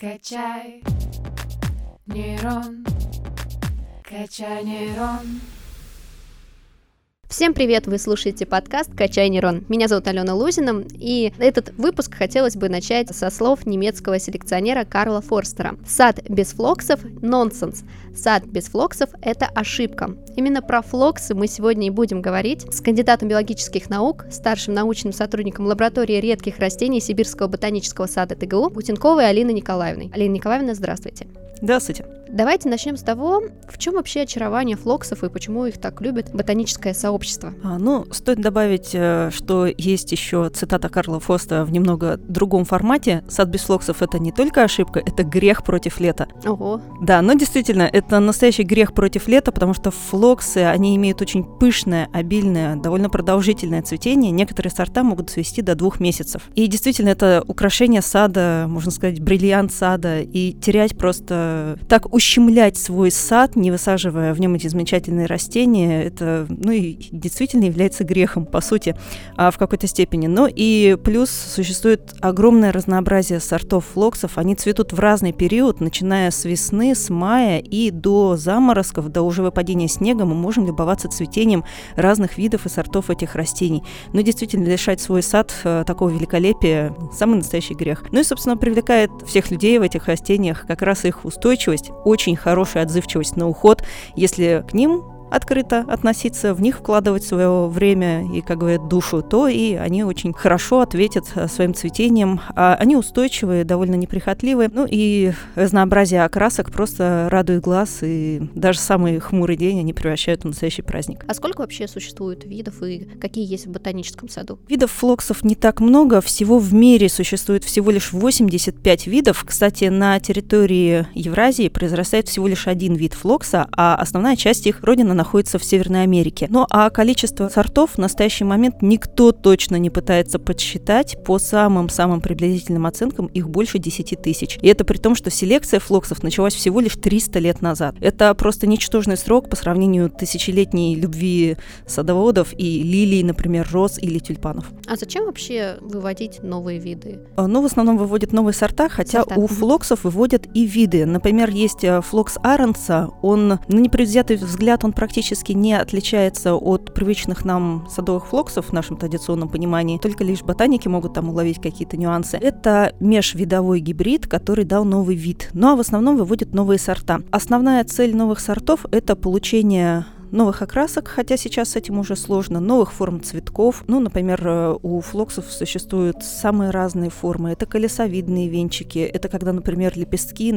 Качай нейрон, качай нейрон. Всем привет! Вы слушаете подкаст «Качай нейрон». Меня зовут Алена Лузина, и этот выпуск хотелось бы начать со слов немецкого селекционера Карла Форстера. Сад без флоксов – нонсенс. Сад без флоксов – это ошибка. Именно про флоксы мы сегодня и будем говорить с кандидатом биологических наук, старшим научным сотрудником лаборатории редких растений Сибирского ботанического сада ТГУ Бутенковой Алиной Николаевной. Алина Николаевна, здравствуйте. Здравствуйте. Давайте начнем с того, в чем вообще очарование флоксов и почему их так любит ботаническое сообщество. Стоит добавить, что есть еще цитата Карла Форстера в немного другом формате. Сад без флоксов – это не только ошибка, это грех против лета. Ого. Да, но действительно, это настоящий грех против лета, потому что флоксы, они имеют очень пышное, обильное, довольно продолжительное цветение. Некоторые сорта могут цвести до 2 месяцев. И действительно, это украшение сада, можно сказать, бриллиант сада. И терять просто так ущемлять свой сад, не высаживая в нем эти замечательные растения, это, и действительно является грехом, по сути, в какой-то степени. Но и плюс существует огромное разнообразие сортов флоксов. Они цветут в разный период, начиная с весны, с мая и до заморозков, до уже выпадения снега мы можем любоваться цветением разных видов и сортов этих растений. Но действительно, лишать свой сад такого великолепия – самый настоящий грех. И, собственно, привлекает всех людей в этих растениях как раз их устойчивость, очень хорошая отзывчивость на уход, если к ним открыто относиться, в них вкладывать свое время и, как говорят, душу, то и они очень хорошо ответят своим цветением. Они устойчивые, довольно неприхотливые, и разнообразие окрасок просто радует глаз, и даже самый хмурый день они превращают в настоящий праздник. А сколько вообще существует видов и какие есть в ботаническом саду? Видов флоксов не так много, всего в мире существует всего лишь 85 видов. Кстати, на территории Евразии произрастает всего лишь один вид флокса, а основная часть их родина находится в Северной Америке. А количество сортов в настоящий момент никто точно не пытается подсчитать. По самым-самым приблизительным оценкам их больше 10 тысяч. И это при том, что селекция флоксов началась всего лишь 300 лет назад. Это просто ничтожный срок по сравнению тысячелетней любви садоводов и лилий, например, роз или тюльпанов. А зачем вообще выводить новые виды? В основном выводят новые сорта, хотя у флоксов выводят и виды. Например, есть флокс Аронса. Он, на непредвзятый взгляд, он практически не отличается от привычных нам садовых флоксов в нашем традиционном понимании. Только лишь ботаники могут там уловить какие-то нюансы. Это межвидовой гибрид, который дал новый вид. А в основном выводят новые сорта. Основная цель новых сортов – это получение новых окрасок, хотя сейчас с этим уже сложно, новых форм цветков. Например, у флоксов существуют самые разные формы. Это колесовидные венчики, это когда, например, лепестки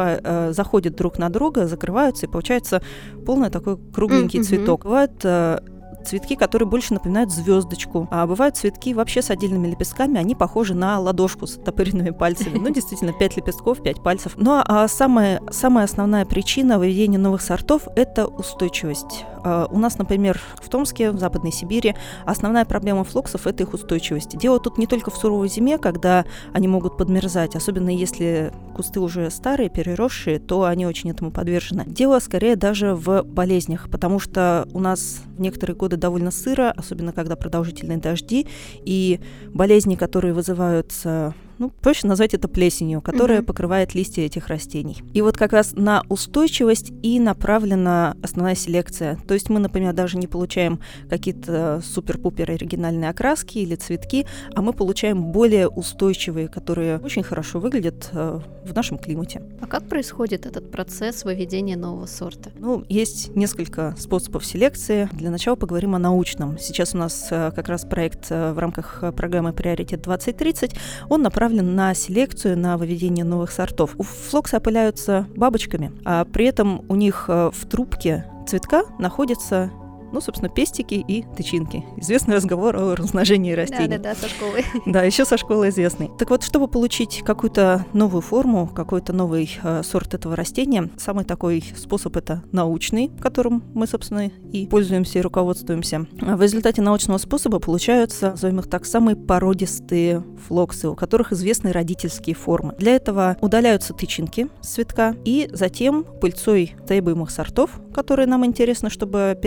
заходят друг на друга, закрываются, и получается полный такой кругленький цветок. Бывают цветки, которые больше напоминают звездочку. А бывают цветки вообще с отдельными лепестками, они похожи на ладошку с оттопыренными пальцами. Действительно, 5 лепестков, 5 пальцев. А самая основная причина выведения новых сортов – это устойчивость. У нас, например, в Томске, в Западной Сибири, основная проблема флоксов – это их устойчивость. Дело тут не только в суровой зиме, когда они могут подмерзать, особенно если кусты уже старые, переросшие, то они очень этому подвержены. Дело скорее даже в болезнях, потому что у нас в некоторые годы довольно сыро, особенно когда продолжительные дожди, и болезни, которые вызываются, проще назвать это плесенью, которая покрывает листья этих растений. И как раз на устойчивость и направлена основная селекция. То есть мы, например, даже не получаем какие-то супер-пупер оригинальные окраски или цветки, а мы получаем более устойчивые, которые очень хорошо выглядят в нашем климате. А как происходит этот процесс выведения нового сорта? Есть несколько способов селекции. Для начала поговорим о научном. Сейчас у нас как раз проект в рамках программы «Приоритет 2030». Он направлен на селекцию, на выведение новых сортов. У флоксы опыляются бабочками, а при этом у них в трубке цветка находятся собственно, пестики и тычинки. Известный разговор о размножении растений. Да, со школы. Да, еще со школы известный. Так вот, чтобы получить какую-то новую форму, какой-то новый сорт этого растения, самый такой способ – это научный, которым мы, собственно, и пользуемся, и руководствуемся. В результате научного способа получаются, назовем их так, самые породистые флоксы, у которых известны родительские формы. Для этого удаляются тычинки с цветка, и затем пыльцой требуемых сортов, которые нам интересно, чтобы передали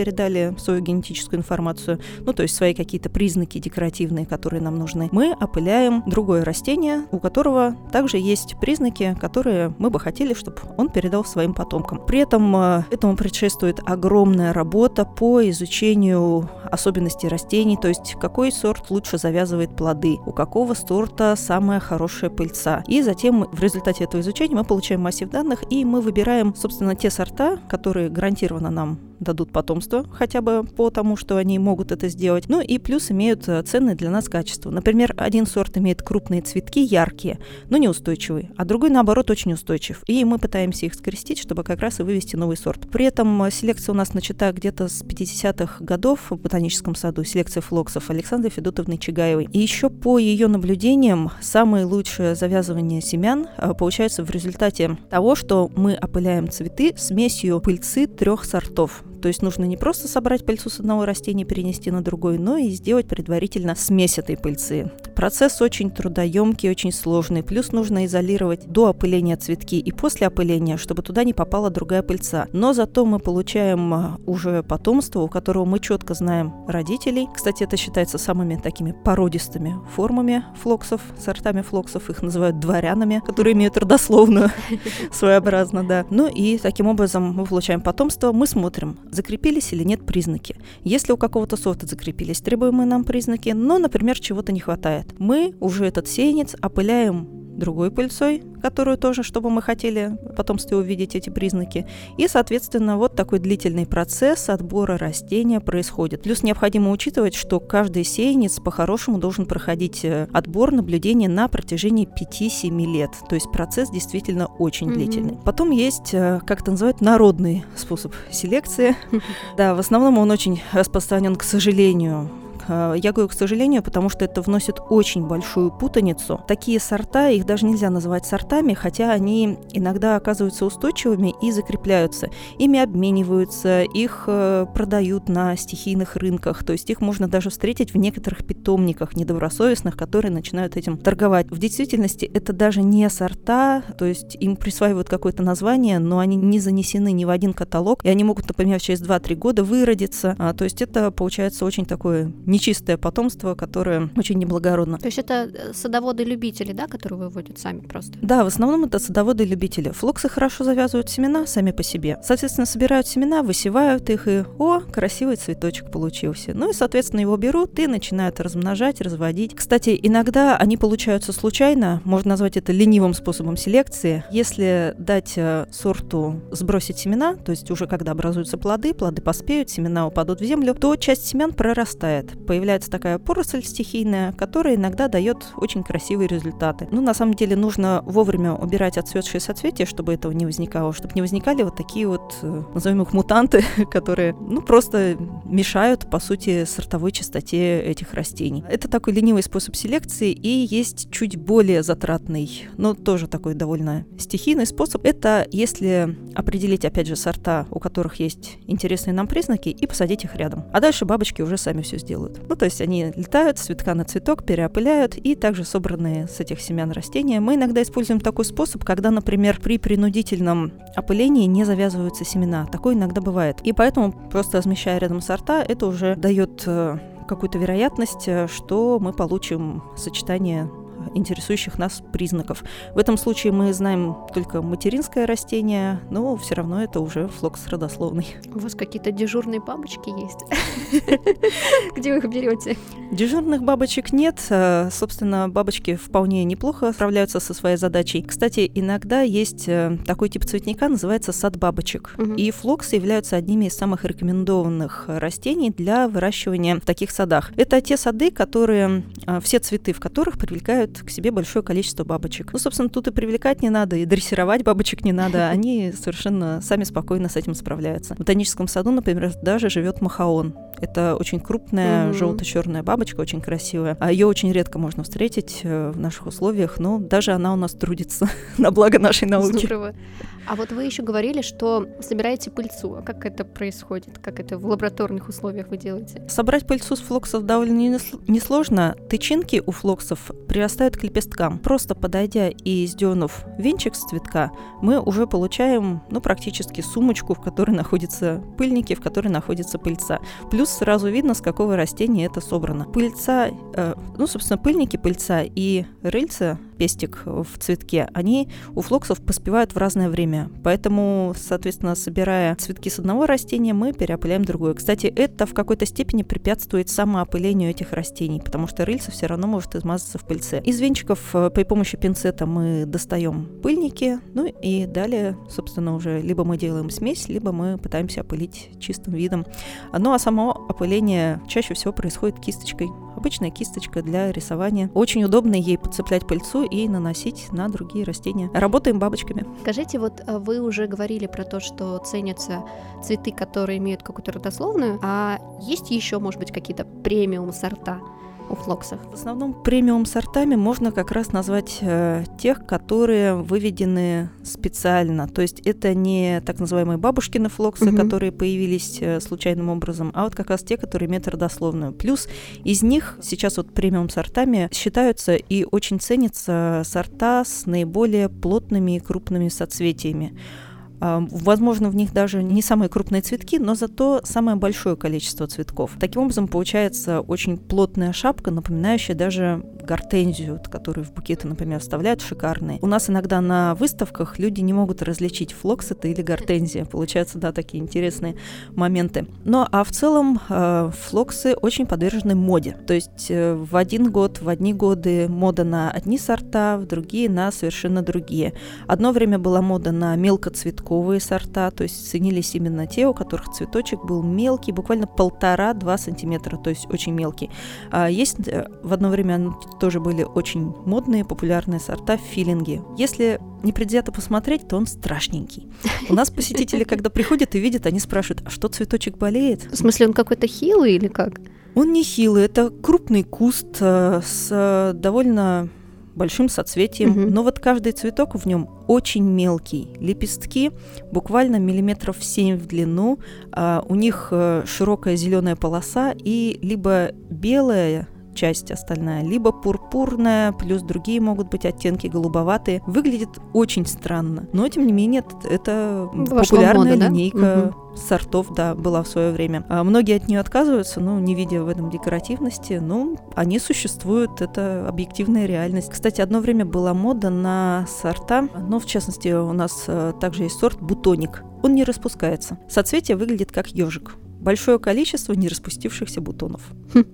опыляя свою генетическую информацию, то есть свои какие-то признаки декоративные, которые нам нужны, мы опыляем другое растение, у которого также есть признаки, которые мы бы хотели, чтобы он передал своим потомкам. При этом этому предшествует огромная работа по изучению особенностей растений, то есть какой сорт лучше завязывает плоды, у какого сорта самая хорошая пыльца. И затем в результате этого изучения мы получаем массив данных, и мы выбираем, собственно, те сорта, которые гарантированно нам дадут потомство, хотя бы по тому, что они могут это сделать. И плюс имеют ценное для нас качество. Например, один сорт имеет крупные цветки, яркие, но неустойчивые, а другой, наоборот, очень устойчив. И мы пытаемся их скрестить, чтобы как раз и вывести новый сорт. При этом селекция у нас начата где-то с 50-х годов в ботаническом саду, селекция флоксов Александры Федотовны Чигаевой. И еще по ее наблюдениям самое лучшее завязывание семян получается в результате того, что мы опыляем цветы смесью пыльцы 3 сортов. То есть нужно не просто собрать пыльцу с одного растения и перенести на другой, но и сделать предварительно смесь этой пыльцы. Процесс очень трудоемкий, очень сложный. Плюс нужно изолировать до опыления цветки и после опыления, чтобы туда не попала другая пыльца. Но зато мы получаем уже потомство, у которого мы четко знаем родителей. Кстати, это считается самыми такими породистыми формами флоксов, сортами флоксов. Их называют дворянами, которые имеют родословную своеобразно, да. И таким образом мы получаем потомство. Мы смотрим, закрепились или нет признаки. Если у какого-то сорта закрепились требуемые нам признаки, но, например, чего-то не хватает, мы уже этот сеянец опыляем другой пыльцой, которую тоже, чтобы мы хотели в потомстве увидеть эти признаки. И, соответственно, вот такой длительный процесс отбора растения происходит. Плюс необходимо учитывать, что каждый сеянец по-хорошему должен проходить отбор, наблюдение на протяжении 5-7 лет. То есть процесс действительно очень длительный. Потом есть, как это называют, народный способ селекции. Да, в основном он очень распространен, к сожалению. Я говорю, к сожалению, потому что это вносит очень большую путаницу. Такие сорта, их даже нельзя называть сортами, хотя они иногда оказываются устойчивыми и закрепляются. Ими обмениваются, их продают на стихийных рынках, то есть их можно даже встретить в некоторых питомниках недобросовестных, которые начинают этим торговать. В действительности это даже не сорта, то есть им присваивают какое-то название, но они не занесены ни в один каталог, и они могут, например, через 2-3 года выродиться. То есть это получается очень такое нечистое потомство, которое очень неблагородно. То есть это садоводы-любители, да, которые выводят сами просто? Да, в основном это садоводы-любители. Флоксы хорошо завязывают семена сами по себе. Соответственно, собирают семена, высевают их, и красивый цветочек получился. И, соответственно, его берут и начинают размножать, разводить. Кстати, иногда они получаются случайно, можно назвать это ленивым способом селекции. Если дать сорту сбросить семена, то есть уже когда образуются плоды поспеют, семена упадут в землю, то часть семян прорастает. Появляется такая поросль стихийная, которая иногда дает очень красивые результаты. На самом деле нужно вовремя убирать отцветшие соцветия, чтобы этого не возникало, чтобы не возникали вот такие вот, назовем их, мутанты, которые, просто мешают, по сути, сортовой чистоте этих растений. Это такой ленивый способ селекции, и есть чуть более затратный, но тоже такой довольно стихийный способ. Это если определить, опять же, сорта, у которых есть интересные нам признаки, и посадить их рядом. А дальше бабочки уже сами все сделают. То есть они летают с цветка на цветок, переопыляют, и также собранные с этих семян растения. Мы иногда используем такой способ, когда, например, при принудительном опылении не завязываются семена. Такое иногда бывает. И поэтому, просто размещая рядом сорта, это уже дает какую-то вероятность, что мы получим сочетание интересующих нас признаков. В этом случае мы знаем только материнское растение, но все равно это уже флокс родословный. У вас какие-то дежурные бабочки есть? Где вы их берете? Дежурных бабочек нет. Собственно, бабочки вполне неплохо справляются со своей задачей. Кстати, иногда есть такой тип цветника, называется сад бабочек. И флоксы являются одними из самых рекомендованных растений для выращивания в таких садах. Это те сады, которые, все цветы в которых привлекают к себе большое количество бабочек. Собственно, тут и привлекать не надо, и дрессировать бабочек не надо. Они совершенно сами спокойно с этим справляются. В ботаническом саду, например, даже живет махаон. Это очень крупная желто-черная бабочка, очень красивая. А ее очень редко можно встретить в наших условиях, но даже она у нас трудится на благо нашей науки. Здорово. А вот вы еще говорили, что собираете пыльцу. А как это происходит? Как это в лабораторных условиях вы делаете? Собрать пыльцу с флоксов довольно несложно. Тычинки у флоксов прирастают прирастают к лепесткам. Просто подойдя и сдернув венчик с цветка, мы уже получаем, практически сумочку, в которой находятся пыльники, в которой находится пыльца. Плюс сразу видно, с какого растения это собрано. Пыльца, собственно, пыльники, пыльца и рыльца, пестик в цветке, они у флоксов поспевают в разное время. Поэтому, соответственно, собирая цветки с одного растения, мы переопыляем другое. Кстати, это в какой-то степени препятствует самоопылению этих растений, потому что рыльца все равно может измазаться в пыльце. Из венчиков при помощи пинцета мы достаем пыльники, и далее, собственно, уже либо мы делаем смесь, либо мы пытаемся опылить чистым видом. А само опыление чаще всего происходит кисточкой. Обычная кисточка для рисования. Очень удобно ей подцеплять пыльцу и наносить на другие растения. Работаем бабочками. Скажите, вы уже говорили про то, что ценятся цветы, которые имеют какую-то родословную, а есть еще, может быть, какие-то премиум-сорта у флоксов? В основном премиум-сортами можно как раз назвать тех, которые выведены специально. То есть это не так называемые бабушкины флоксы, которые появились случайным образом, а вот как раз те, которые имеют родословную. Плюс из них сейчас премиум-сортами считаются и очень ценятся сорта с наиболее плотными и крупными соцветиями. Возможно, в них даже не самые крупные цветки, но зато самое большое количество цветков. Таким образом, получается очень плотная шапка, напоминающая даже гортензию, которую в букеты, например, вставляют, шикарные. У нас иногда на выставках люди не могут различить, флокс это или гортензия. Получаются, такие интересные моменты. А в целом флоксы очень подвержены моде. То есть в одни годы мода на одни сорта, в другие на совершенно другие. Одно время была мода на мелкоцветковые сорта, то есть ценились именно те, у которых цветочек был мелкий, буквально 1,5-2 сантиметра, то есть очень мелкий. Есть в одно время тоже были очень модные, популярные сорта филинги. Если непредвзято посмотреть, то он страшненький. У нас посетители, когда приходят и видят, они спрашивают, а что цветочек болеет? В смысле, он какой-то хилый или как? Он не хилый, это крупный куст с довольно большим соцветием, но каждый цветок в нем очень мелкий. Лепестки буквально 7 миллиметров в длину, у них широкая зеленая полоса и либо белая часть остальная, либо пурпурная, плюс другие могут быть оттенки голубоватые. Выглядит очень странно, но тем не менее это популярная линейка сортов, была в свое время. Многие от нее отказываются, не видя в этом декоративности, они существуют, это объективная реальность. Кстати, одно время была мода на сорта, в частности, у нас также есть сорт бутоник. Он не распускается. Соцветие выглядит как ежик. Большое количество не распустившихся бутонов.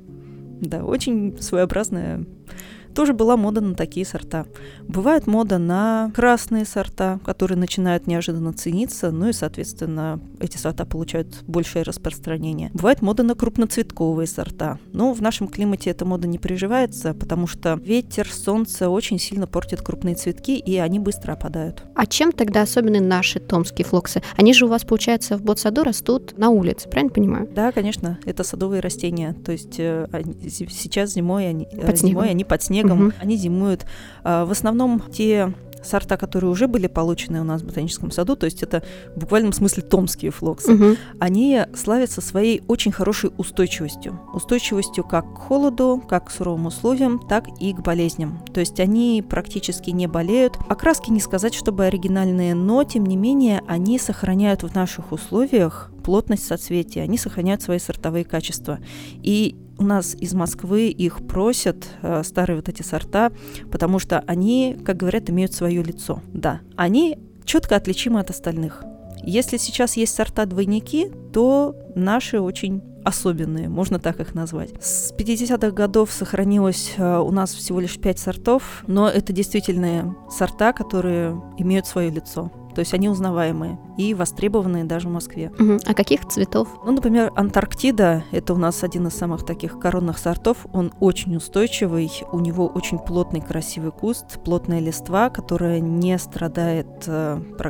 Да, очень своеобразная. Тоже была мода на такие сорта. Бывает мода на красные сорта, которые начинают неожиданно цениться, и, соответственно, эти сорта получают большее распространение. Бывает мода на крупноцветковые сорта. Но в нашем климате эта мода не приживается, потому что ветер, солнце очень сильно портят крупные цветки, и они быстро опадают. А чем тогда особенны наши томские флоксы? Они же у вас, получается, в ботсаду растут на улице, правильно понимаю? Да, конечно, это садовые растения. То есть сейчас зимой они под снегом. Они зимуют. В основном те сорта, которые уже были получены у нас в ботаническом саду, то есть это в буквальном смысле томские флоксы, они славятся своей очень хорошей устойчивостью. Устойчивостью как к холоду, как к суровым условиям, так и к болезням. То есть они практически не болеют. Окраски не сказать, чтобы оригинальные, но тем не менее они сохраняют в наших условиях плотность соцветия, они сохраняют свои сортовые качества. И у нас из Москвы их просят, старые эти сорта, потому что они, как говорят, имеют свое лицо. Да, они четко отличимы от остальных. Если сейчас есть сорта-двойники, то наши очень особенные, можно так их назвать. С 50-х годов сохранилось у нас всего лишь 5 сортов, но это действительно сорта, которые имеют свое лицо. То есть они узнаваемые и востребованные даже в Москве. А каких цветов? Например, Антарктида – это у нас один из самых таких коронных сортов. Он очень устойчивый, у него очень плотный красивый куст, плотная листва, которая не страдает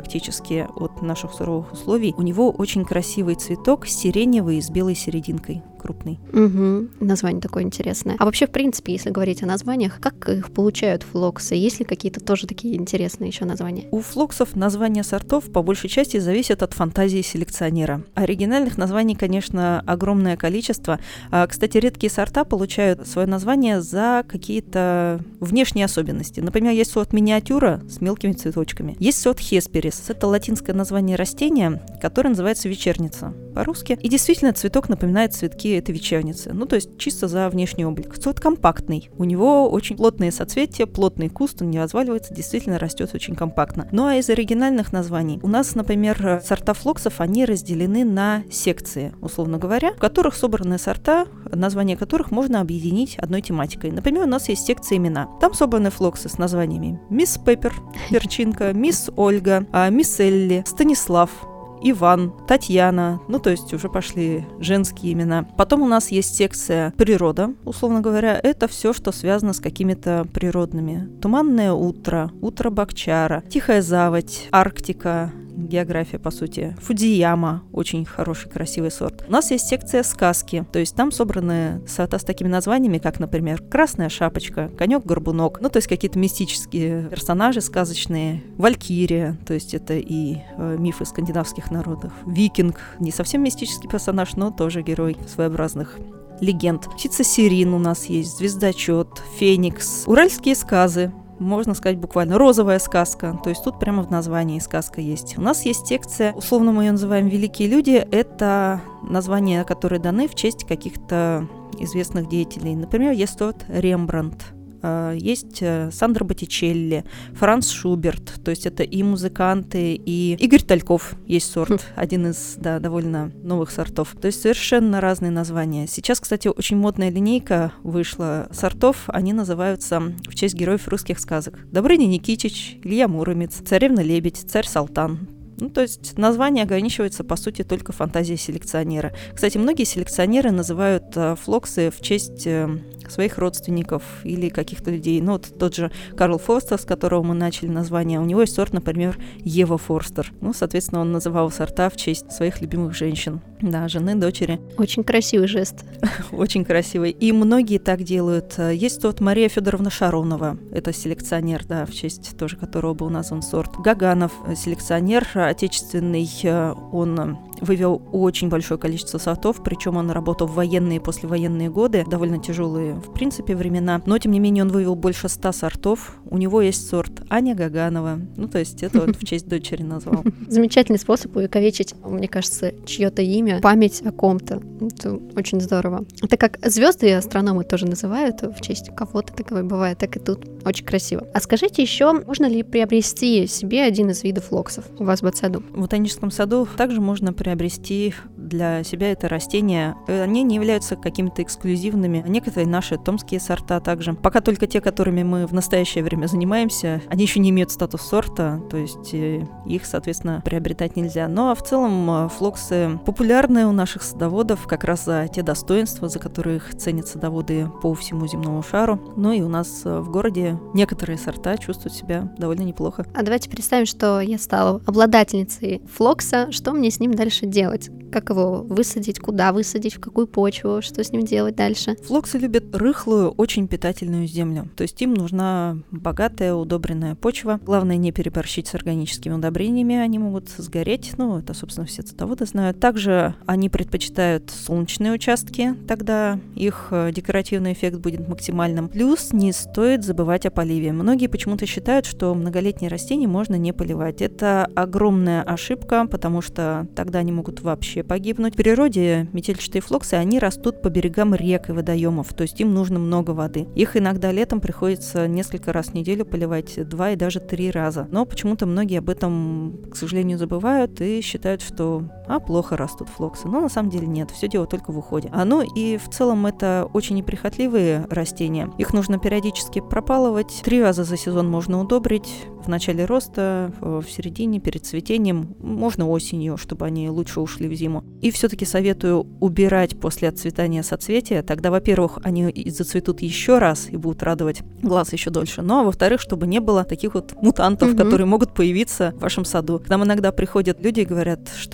практически от наших суровых условий. У него очень красивый цветок, сиреневый с белой серединкой. крупный. Угу. Название такое интересное. А вообще, в принципе, если говорить о названиях, как их получают флоксы? Есть ли какие-то тоже такие интересные еще названия? У флоксов названия сортов по большей части зависят от фантазии селекционера. Оригинальных названий, конечно, огромное количество. Кстати, редкие сорта получают свое название за какие-то внешние особенности. Например, есть сорт миниатюра с мелкими цветочками. Есть сорт хесперис. Это латинское название растения, которое называется вечерница по-русски. И действительно, цветок напоминает цветки этой вечерницы. Ну, то есть чисто за внешний облик. Сорт компактный. У него очень плотные соцветия, плотный куст, он не разваливается, действительно растет очень компактно. Ну, а из оригинальных названий у нас, например, сорта флоксов, они разделены на секции, условно говоря, в которых собраны сорта, названия которых можно объединить одной тематикой. Например, у нас есть секция имена. Там собраны флоксы с названиями Мисс Пеппер, перчинка, Мисс Ольга, Мисс Элли, Станислав, Иван, Татьяна, ну то есть уже пошли женские имена. Потом у нас есть секция природа, условно говоря, это все, что связано с какими-то природными. Туманное утро, утро Бакчара, Тихая заводь, Арктика, география, по сути. Фудзияма, очень хороший, красивый сорт. У нас есть секция сказки, то есть там собраны сорта с такими названиями, как, например, Красная шапочка, Конек-горбунок, ну то есть какие-то мистические персонажи сказочные, Валькирия, то есть это и мифы скандинавских народов, Викинг, не совсем мистический персонаж, но тоже герой своеобразных легенд. Птица Сирин у нас есть, Звездочет, Феникс, Уральские сказы, можно сказать буквально розовая сказка, то есть тут прямо в названии сказка есть. У нас есть секция, условно мы ее называем «Великие люди», это названия, которые даны в честь каких-то известных деятелей. Например, есть сорт Рембрандт, есть Сандро Боттичелли, Франц Шуберт, то есть это и музыканты, и Игорь Тальков есть сорт, один из, да, довольно новых сортов. То есть совершенно разные названия. Сейчас, кстати, очень модная линейка вышла сортов, они называются в честь героев русских сказок. Добрыня Никитич, Илья Муромец, Царевна-лебедь, Царь-Салтан. Ну, то есть название ограничивается, по сути, только фантазией селекционера. Кстати, многие селекционеры называют флоксы в честь своих родственников или каких-то людей. Ну, вот тот же Карл Форстер, с которого мы начали название, у него есть сорт, например, Ева Форстер. Ну, соответственно, он называл сорта в честь своих любимых женщин. Да, жены, дочери. Очень красивый жест. Очень красивый. И многие так делают. Есть сорт Мария Федоровна Шаронова. Это селекционер, да, в честь тоже которого был назван сорт. Гаганов, селекционер отечественный, он вывел очень большое количество сортов, причем он работал в военные и послевоенные годы, довольно тяжелые, в принципе, времена, но, тем не менее, он вывел больше 100 сортов. У него есть сорт Аня Гаганова, ну, то есть это вот в честь дочери назвал. Замечательный способ увековечить, мне кажется, чье-то имя, память о ком-то. Это очень здорово. Это как звезды и астрономы тоже называют в честь кого-то, таковое бывает, так и тут. Очень красиво. А скажите еще, можно ли приобрести себе один из видов флоксов у вас в ботсаду? В ботаническом саду также можно приобрести для себя это растение. Они не являются какими-то эксклюзивными. Некоторые наши томские сорта также. Пока только те, которыми мы в настоящее время занимаемся, они еще не имеют статус сорта, то есть их, соответственно, приобретать нельзя. Ну а в целом флоксы популярны у наших садоводов как раз за те достоинства, за которые их ценят садоводы по всему земному шару. Ну и у нас в городе некоторые сорта чувствуют себя довольно неплохо. А давайте представим, что я стала обладательницей флокса. Что мне с ним дальше делать? Как его высадить, куда высадить, в какую почву, что с ним делать дальше? Флоксы любят рыхлую, очень питательную землю. То есть им нужна богатая, удобренная почва. Главное не переборщить с органическими удобрениями, они могут сгореть. Ну, это, собственно, все садоводы знают. Также они предпочитают солнечные участки, тогда их декоративный эффект будет максимальным. Плюс не стоит забывать о поливе. Многие почему-то считают, что многолетние растения можно не поливать. Это огромная ошибка, потому что тогда они могут вообще погибнуть. В природе метельчатые флоксы, они растут по берегам рек и водоемов, то есть им нужно много воды. Их иногда летом приходится несколько раз в неделю поливать, 2 и даже 3 раза. Но почему-то многие об этом, к сожалению, забывают и считают, что плохо растут флоксы. Но на самом деле нет, все дело только в уходе. Ну и в целом это очень неприхотливые растения. Их нужно периодически пропалывать. 3 раза за сезон можно удобрить. В начале роста, в середине, перед цветением, можно осенью, чтобы они лучше ушли в зиму. И все-таки советую убирать после отцветания соцветия. Тогда, во-первых, они зацветут еще раз и будут радовать глаз еще дольше. Ну, а во-вторых, чтобы не было таких вот мутантов, которые могут появиться в вашем саду. К нам иногда приходят люди и говорят, что делать,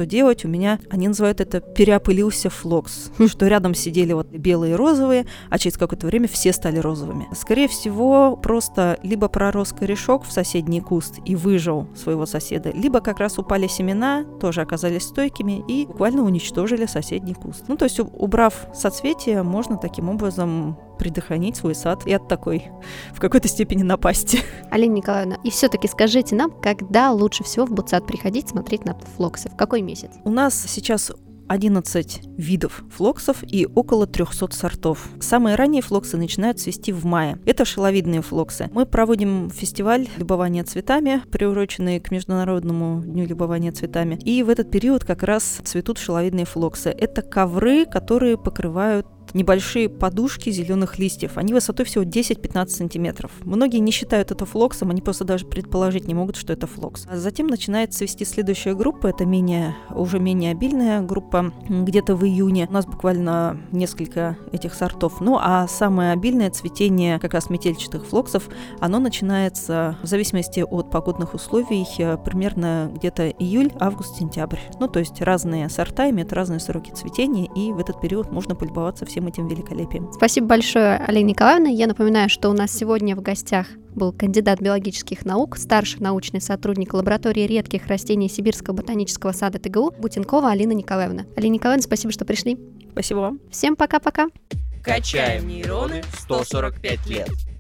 у меня, они называют это переопылился флокс, что рядом сидели вот белые и розовые, а через какое-то время все стали розовыми. Скорее всего, просто либо пророс корешок в соседний куст и выжил своего соседа, либо как раз упали семена, тоже оказались стойкими и буквально уничтожили соседний куст. Ну, то есть, убрав соцветия, можно таким образом предохранить свой сад и от такой, в какой-то степени, напасти. Алина Николаевна, и все-таки скажите нам, когда лучше всего в Бутсад приходить смотреть на флоксы? В какой месяц? У нас сейчас 11 видов флоксов и около 300 сортов. Самые ранние флоксы начинают цвести в мае. Это шаловидные флоксы. Мы проводим фестиваль любования цветами, приуроченный к Международному дню любования цветами. И в этот период как раз цветут шаловидные флоксы. Это ковры, которые покрывают небольшие подушки зеленых листьев. Они высотой всего 10-15 сантиметров. Многие не считают это флоксом, они просто даже предположить не могут, что это флокс. А затем начинает цвести следующая группа, это уже менее обильная группа, где-то в июне. У нас буквально несколько этих сортов. Ну, а самое обильное цветение как раз метельчатых флоксов, оно начинается в зависимости от погодных условий примерно где-то июль, август, сентябрь. Ну, то есть разные сорта имеют разные сроки цветения, и в этот период можно полюбоваться всем этим великолепием. Спасибо большое, Алина Николаевна. Я напоминаю, что у нас сегодня в гостях был кандидат биологических наук, старший научный сотрудник лаборатории редких растений Сибирского ботанического сада ТГУ Бутенкова Алина Николаевна. Алина Николаевна, спасибо, что пришли. Спасибо вам. Всем пока-пока. Качаем нейроны 145 лет.